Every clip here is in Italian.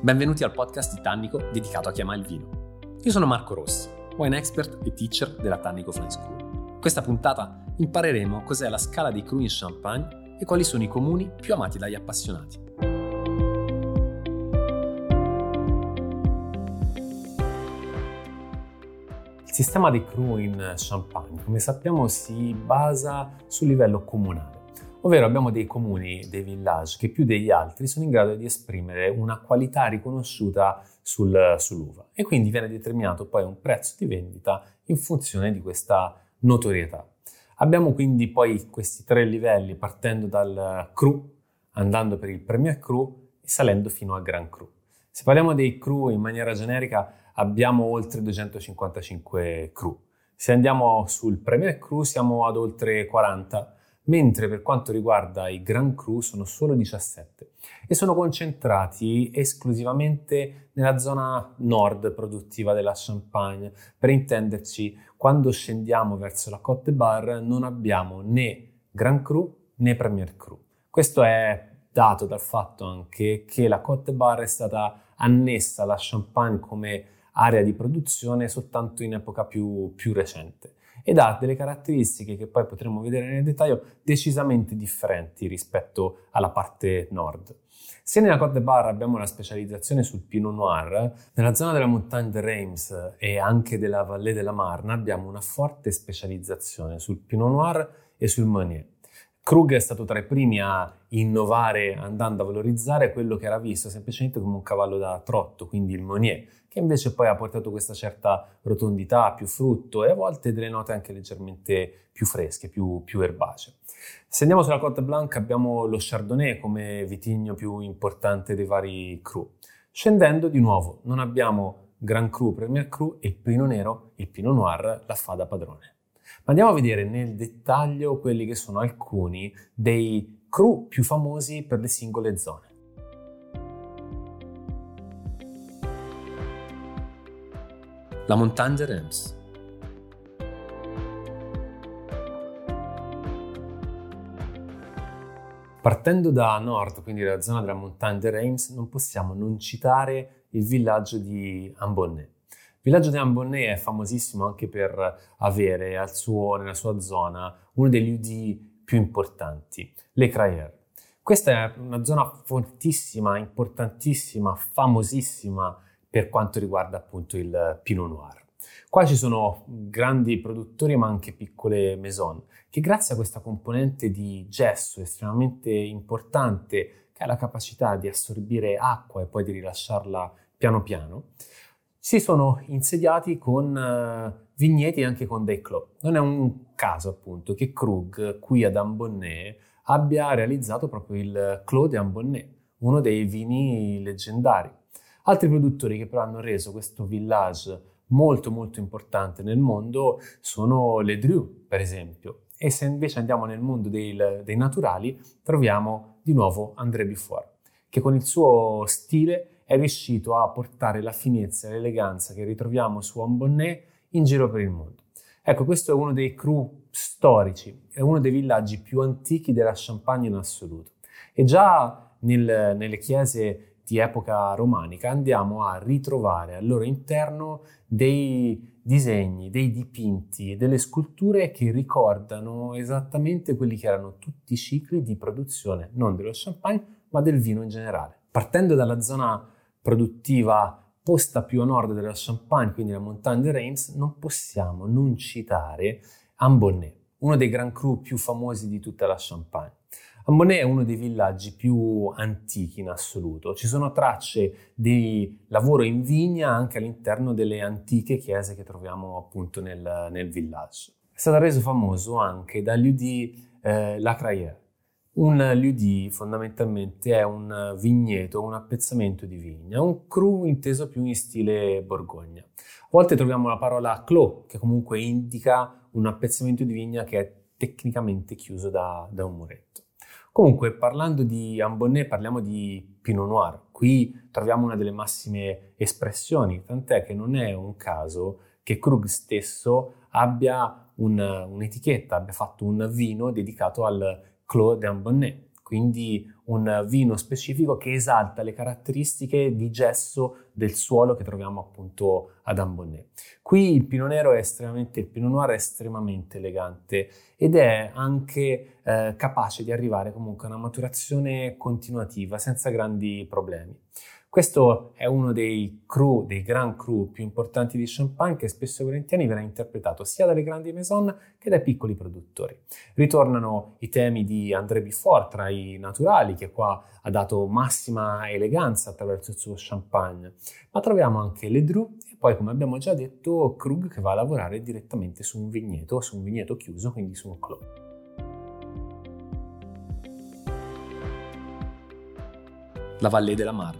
Benvenuti al podcast di Tannico dedicato a chi ama il vino. Io sono Marco Rossi, wine expert e teacher della Tannico Fine School. In questa puntata impareremo cos'è la scala dei cru in Champagne e quali sono i comuni più amati dagli appassionati. Il sistema dei cru in Champagne, come sappiamo, si basa sul livello comunale. Ovvero abbiamo dei comuni, dei village che più degli altri sono in grado di esprimere una qualità riconosciuta sull'uva e quindi viene determinato poi un prezzo di vendita in funzione di questa notorietà. Abbiamo quindi poi questi tre livelli partendo dal cru, andando per il Premier Cru e salendo fino al Grand Cru. Se parliamo dei cru in maniera generica abbiamo oltre 255 cru. Se andiamo sul Premier Cru siamo ad oltre 40, mentre per quanto riguarda i Grand Cru sono solo 17 e sono concentrati esclusivamente nella zona nord produttiva della Champagne. Per intenderci, quando scendiamo verso la Côte des Bar non abbiamo né Grand Cru né Premier Cru. Questo è dato dal fatto anche che la Côte des Bar è stata annessa alla Champagne come area di produzione soltanto in epoca più recente ed ha delle caratteristiche che poi potremo vedere nel dettaglio decisamente differenti rispetto alla parte nord. Se nella Côte des Bar abbiamo la specializzazione sul Pinot Noir, nella zona della Montagne de Reims e anche della Vallée de la Marne abbiamo una forte specializzazione sul Pinot Noir e sul Meunier. Krug è stato tra i primi a innovare andando a valorizzare quello che era visto semplicemente come un cavallo da trotto, quindi il Meunier, che invece poi ha portato questa certa rotondità, più frutto e a volte delle note anche leggermente più fresche, più erbacee. Se andiamo sulla Côte Blanche abbiamo lo Chardonnay come vitigno più importante dei vari cru. Scendendo di nuovo non abbiamo Grand Cru, Premier Cru e il Pinot Nero, il Pinot Noir la fa da padrone. Ma andiamo a vedere nel dettaglio quelli che sono alcuni dei cru più famosi per le singole zone. La Montagne de Reims. Partendo da nord, quindi dalla zona della Montagne de Reims, non possiamo non citare il villaggio di Ambonnay. Il villaggio di Ambonnay è famosissimo anche per avere nella sua zona uno degli udì più importanti, Les Crayères. Questa è una zona fortissima, importantissima, famosissima per quanto riguarda appunto il Pinot Noir. Qua ci sono grandi produttori ma anche piccole maison che grazie a questa componente di gesso estremamente importante che ha la capacità di assorbire acqua e poi di rilasciarla piano piano, si sono insediati con vigneti e anche con dei clos. Non è un caso appunto che Krug qui ad Ambonnay abbia realizzato proprio il Clos de Ambonnay, uno dei vini leggendari. Altri produttori che però hanno reso questo village molto molto importante nel mondo sono les Dreux, per esempio. E se invece andiamo nel mondo dei naturali troviamo di nuovo André Bufford, che con il suo stile è riuscito a portare la finezza e l'eleganza che ritroviamo su Ambonnay in giro per il mondo. Ecco, questo è uno dei cru storici, è uno dei villaggi più antichi della Champagne in assoluto. E già nelle chiese di epoca romanica andiamo a ritrovare al loro interno dei disegni, dei dipinti e delle sculture che ricordano esattamente quelli che erano tutti i cicli di produzione, non dello Champagne, ma del vino in generale. Partendo dalla zona produttiva posta più a nord della Champagne, quindi la Montagne de Reims, non possiamo non citare Ambonnay, uno dei Grand Cru più famosi di tutta la Champagne. Ambonnay è uno dei villaggi più antichi in assoluto. Ci sono tracce di lavoro in vigna anche all'interno delle antiche chiese che troviamo appunto nel village. È stato reso famoso anche dagli udì La Crayère. Un lieu-dit fondamentalmente è un vigneto, un appezzamento di vigna, un cru inteso più in stile Borgogna. A volte troviamo la parola clos, che comunque indica un appezzamento di vigna che è tecnicamente chiuso da un muretto. Comunque, parlando di Ambonnay, parliamo di Pinot Noir. Qui troviamo una delle massime espressioni, tant'è che non è un caso che Krug stesso abbia un'etichetta, abbia fatto un vino dedicato al Clos de Ambonnay, quindi un vino specifico che esalta le caratteristiche di gesso del suolo che troviamo appunto ad Ambonnay. Qui il Pinot Noir è estremamente elegante ed è anche capace di arrivare comunque a una maturazione continuativa senza grandi problemi. Questo è uno dei Grand Cru più importanti di Champagne, che spesso e volentieri viene interpretato sia dalle grandi maison che dai piccoli produttori. Ritornano i temi di André Beaufort tra i naturali, che qua ha dato massima eleganza attraverso il suo Champagne, ma troviamo anche Ledru e poi, come abbiamo già detto, Krug, che va a lavorare direttamente su un vigneto chiuso, quindi su un clos. La Vallée de la Marne.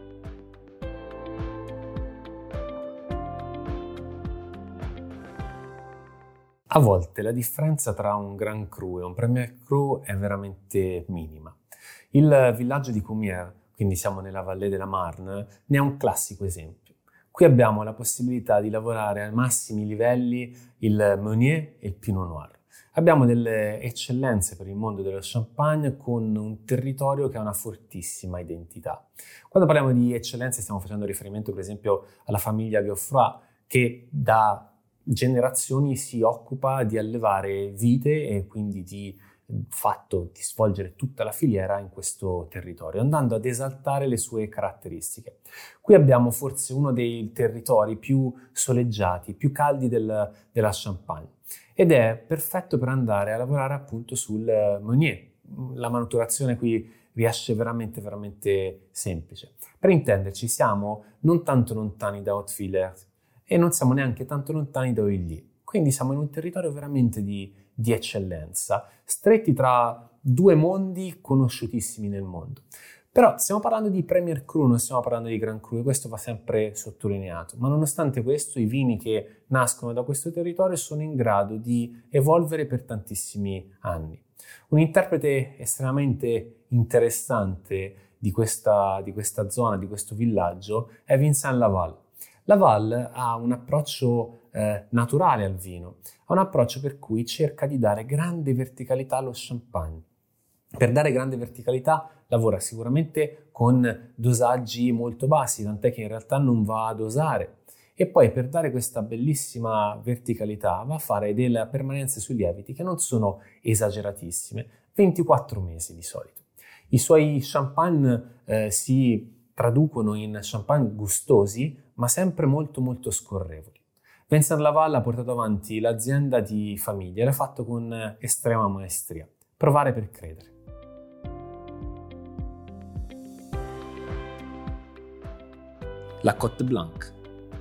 A volte la differenza tra un Grand Cru e un Premier Cru è veramente minima. Il villaggio di Cumières, quindi siamo nella Vallée de la Marne, ne è un classico esempio. Qui abbiamo la possibilità di lavorare ai massimi livelli il Meunier e il Pinot Noir. Abbiamo delle eccellenze per il mondo dello Champagne con un territorio che ha una fortissima identità. Quando parliamo di eccellenze stiamo facendo riferimento per esempio alla famiglia Geoffroy, che da generazioni si occupa di allevare vite e quindi di svolgere tutta la filiera in questo territorio, andando ad esaltare le sue caratteristiche. Qui abbiamo forse uno dei territori più soleggiati, più caldi della Champagne ed è perfetto per andare a lavorare appunto sul Meunier. La maturazione qui riesce veramente semplice. Per intenderci, siamo non tanto lontani da Haute-Villers e non siamo neanche tanto lontani da Oilly. Quindi siamo in un territorio veramente di eccellenza, stretti tra due mondi conosciutissimi nel mondo. Però stiamo parlando di Premier Cru, non stiamo parlando di Grand Cru, e questo va sempre sottolineato. Ma nonostante questo, i vini che nascono da questo territorio sono in grado di evolvere per tantissimi anni. Un interprete estremamente interessante di questa zona, di questo villaggio, è Vincent Laval. Laval ha un approccio naturale al vino, ha un approccio per cui cerca di dare grande verticalità allo champagne. Per dare grande verticalità lavora sicuramente con dosaggi molto bassi, tant'è che in realtà non va a dosare. E poi per dare questa bellissima verticalità va a fare delle permanenze sui lieviti che non sono esageratissime, 24 mesi di solito. I suoi champagne si traducono in champagne gustosi, ma sempre molto scorrevoli. Vincent Laval ha portato avanti l'azienda di famiglia e l'ha fatto con estrema maestria. Provare per credere. La Côte Blanc.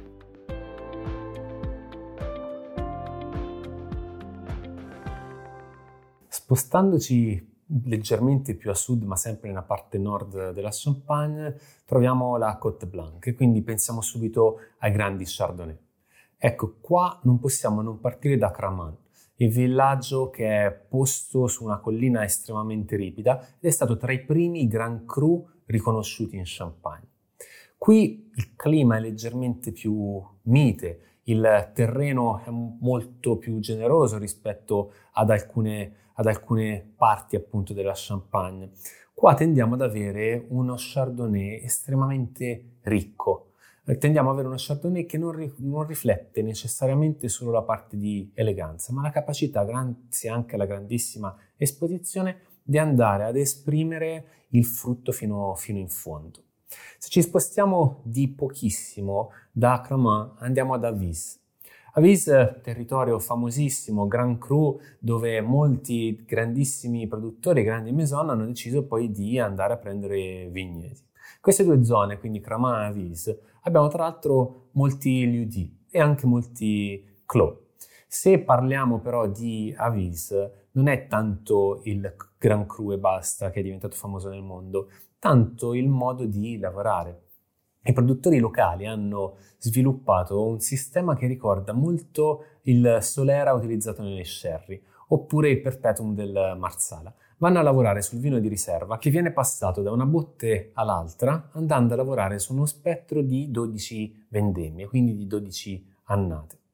Spostandoci leggermente più a sud, ma sempre nella parte nord della Champagne, troviamo la Côte Blanc e quindi pensiamo subito ai grandi Chardonnay. Ecco, qua non possiamo non partire da Cramant, il villaggio che è posto su una collina estremamente ripida ed è stato tra i primi Grand Cru riconosciuti in Champagne. Qui il clima è leggermente più mite, il terreno è molto più generoso rispetto ad alcune parti appunto della Champagne. Qua tendiamo ad avere uno Chardonnay estremamente ricco. Tendiamo ad avere uno Chardonnay che non riflette necessariamente solo la parte di eleganza, ma la capacità, grazie anche alla grandissima esposizione, di andare ad esprimere il frutto fino in fondo. Se ci spostiamo di pochissimo da Cramant, andiamo ad Avis. Avis, territorio famosissimo, Grand Cru, dove molti grandissimi produttori, grandi maison, hanno deciso poi di andare a prendere vigneti. Queste due zone, quindi Cramant e Avis, abbiamo tra l'altro molti lieux-dits e anche molti clos. Se parliamo però di Avis, non è tanto il Grand Cru e basta che è diventato famoso nel mondo, tanto il modo di lavorare. I produttori locali hanno sviluppato un sistema che ricorda molto il Solera utilizzato nelle sherry, oppure il Perpetuum del Marsala. Vanno a lavorare sul vino di riserva che viene passato da una botte all'altra, andando a lavorare su uno spettro di 12 vendemmie, quindi di 12 annate.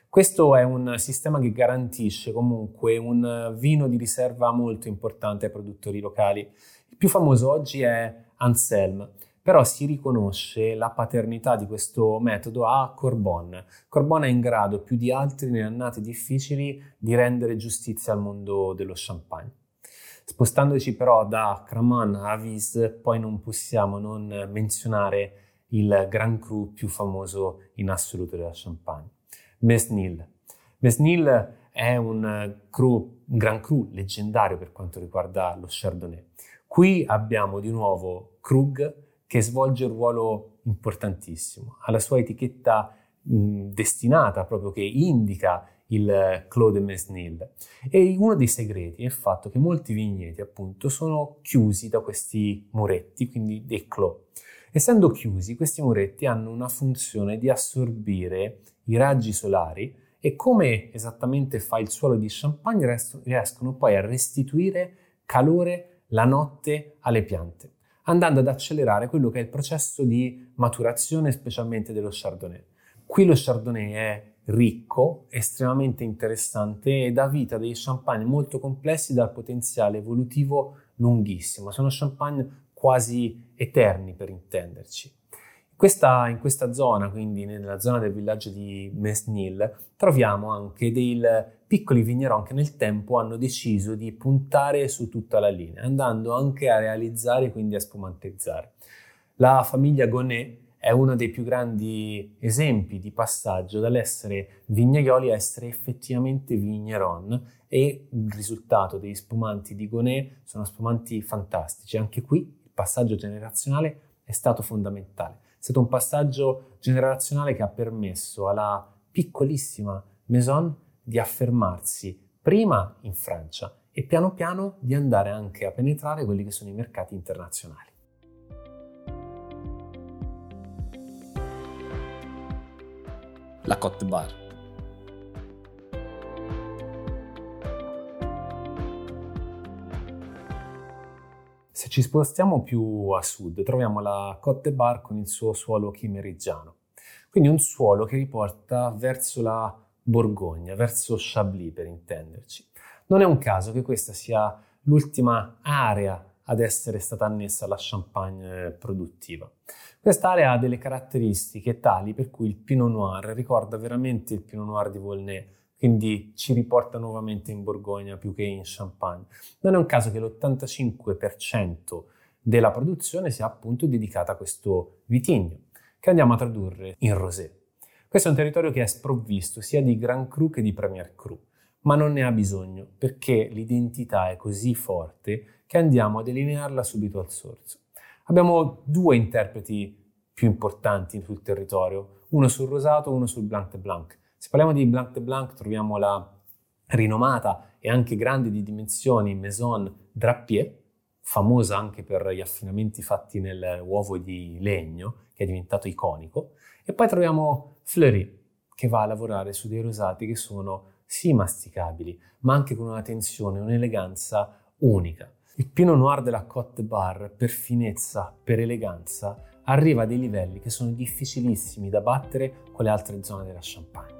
Questo è un sistema che garantisce comunque un vino di riserva molto importante ai produttori locali. Il più famoso oggi è Anselme, però si riconosce la paternità di questo metodo a Corbon. Corbon è in grado, più di altri nelle annate difficili, di rendere giustizia al mondo dello champagne. Spostandoci però da Cremant a Vise, poi non possiamo non menzionare il Grand Cru più famoso in assoluto della Champagne, Mesnil. Mesnil è un Grand Cru leggendario per quanto riguarda lo Chardonnay. Qui abbiamo di nuovo Krug che svolge un ruolo importantissimo. Ha la sua etichetta destinata proprio che indica il Clos de Mesnil. E uno dei segreti è il fatto che molti vigneti appunto sono chiusi da questi muretti, quindi dei clos. Essendo chiusi, questi muretti hanno una funzione di assorbire i raggi solari e come esattamente fa il suolo di Champagne riescono poi a restituire calore la notte alle piante, andando ad accelerare quello che è il processo di maturazione specialmente dello Chardonnay. Qui lo Chardonnay è ricco, estremamente interessante e dà vita a dei champagne molto complessi dal potenziale evolutivo lunghissimo. Sono champagne quasi eterni per intenderci. In questa zona, quindi nella zona del villaggio di Mesnil, troviamo anche dei piccoli vigneron che nel tempo hanno deciso di puntare su tutta la linea, andando anche a realizzare, quindi a spumantizzare. La famiglia Gonnet è uno dei più grandi esempi di passaggio dall'essere vignaioli a essere effettivamente vigneron e il risultato degli spumanti di Gonnet sono spumanti fantastici. Anche qui il passaggio generazionale è stato fondamentale. È stato un passaggio generazionale che ha permesso alla piccolissima Maison di affermarsi prima in Francia e piano piano di andare anche a penetrare quelli che sono i mercati internazionali. La Côte Bar. Se ci spostiamo più a sud, troviamo la Côte Bar con il suo suolo chimereggiano. Quindi un suolo che riporta verso la Borgogna, verso Chablis per intenderci. Non è un caso che questa sia l'ultima area ad essere stata annessa alla Champagne produttiva. Quest'area ha delle caratteristiche tali per cui il Pinot Noir ricorda veramente il Pinot Noir di Volnay, quindi ci riporta nuovamente in Borgogna più che in Champagne. Non è un caso che l'85% della produzione sia appunto dedicata a questo vitigno, che andiamo a tradurre in rosé. Questo è un territorio che è sprovvisto sia di Grand Cru che di Premier Cru, ma non ne ha bisogno perché l'identità è così forte che andiamo a delinearla subito al sorso. Abbiamo due interpreti più importanti sul territorio, uno sul rosato e uno sul Blanc de Blanc. Se parliamo di Blanc de Blanc troviamo la rinomata e anche grande di dimensioni Maison Drapier, famosa anche per gli affinamenti fatti nell'uovo di legno, che è diventato iconico, e poi troviamo Fleury, che va a lavorare su dei rosati che sono sì masticabili, ma anche con una tensione, un'eleganza unica. Il Pinot Noir della Côte Bar, per finezza, per eleganza, arriva a dei livelli che sono difficilissimi da battere con le altre zone della Champagne.